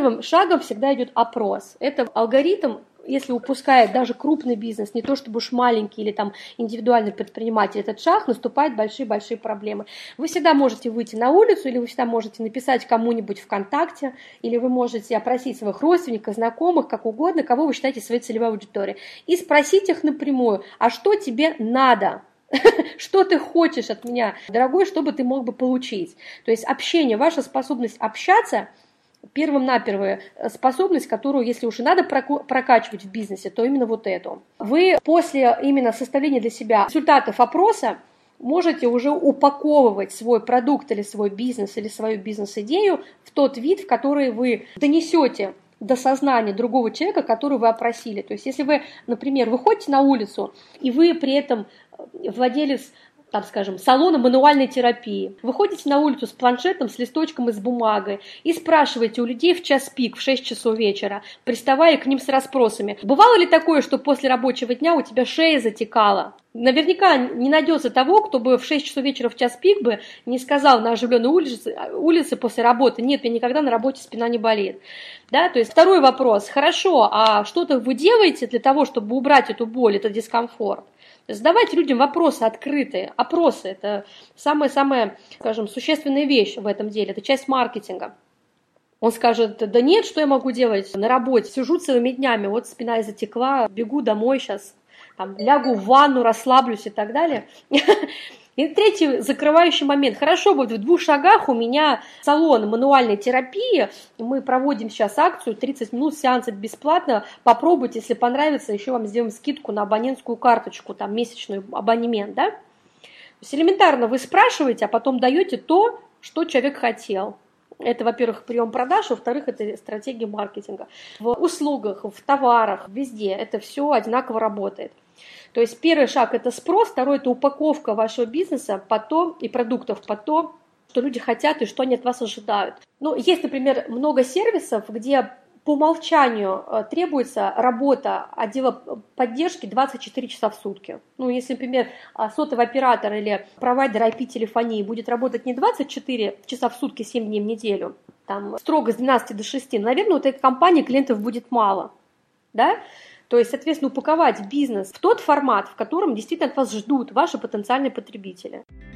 первым шагом всегда идет опрос. Это алгоритм, если упускает даже крупный бизнес, не то чтобы уж маленький или там индивидуальный предприниматель, этот шаг, наступают большие-большие проблемы. Вы всегда можете выйти на улицу, или вы всегда можете написать кому-нибудь ВКонтакте, или вы можете опросить своих родственников, знакомых, как угодно, кого вы считаете своей целевой аудиторией, и спросить их напрямую, а что тебе надо? Что ты хочешь от меня, дорогой, чтобы ты мог бы получить? То есть общение, ваша способность общаться, первым-наперво способность, которую, если уж и надо прокачивать в бизнесе, то именно вот эту. Вы после именно составления для себя результатов опроса можете уже упаковывать свой продукт или свой бизнес или свою бизнес-идею в тот вид, в который вы донесете до сознания другого человека, которого вы опросили. То есть если вы, например, выходите на улицу, и вы при этом владелец, там, скажем, салона мануальной терапии. Вы ходите на улицу с планшетом, с листочком и с бумагой и спрашиваете у людей в час пик, в 6 часов вечера, приставая к ним с расспросами. Бывало ли такое, что после рабочего дня у тебя шея затекала? Наверняка не найдется того, кто бы в 6 часов вечера в час пик бы не сказал на оживленной улице после работы: нет, мне никогда на работе спина не болит. Да? То есть второй вопрос: хорошо, а что-то вы делаете для того, чтобы убрать эту боль, этот дискомфорт? Задавайте людям вопросы открытые. Опросы – это самая-самая, скажем, существенная вещь в этом деле. Это часть маркетинга. Он скажет: да нет, что я могу делать на работе? Сижу целыми днями, вот спина затекла, бегу домой сейчас, там, лягу в ванну, расслаблюсь и так далее. И третий закрывающий момент. Хорошо, вот в 2 шагах у меня салон мануальной терапии. Мы проводим сейчас акцию 30 минут сеанса бесплатно. Попробуйте, если понравится, еще вам сделаем скидку на абонентскую карточку, там месячный абонемент. Да? То есть элементарно вы спрашиваете, а потом даете то, что человек хотел. Это, во-первых, прием продаж, во-вторых, это стратегия маркетинга. В услугах, в товарах, везде это все одинаково работает. То есть первый шаг – это спрос, второй – это упаковка вашего бизнеса под то и продуктов под то, что люди хотят и что они от вас ожидают. Ну, есть, например, много сервисов, где по умолчанию требуется работа отдела поддержки 24 часа в сутки. Ну, если, например, сотовый оператор или провайдер IP-телефонии будет работать не 24 часа в сутки, 7 дней в неделю, там строго с 12 до 6, наверное, вот этой компании клиентов будет мало, да? То есть, соответственно, упаковать бизнес в тот формат, в котором действительно от вас ждут ваши потенциальные потребители.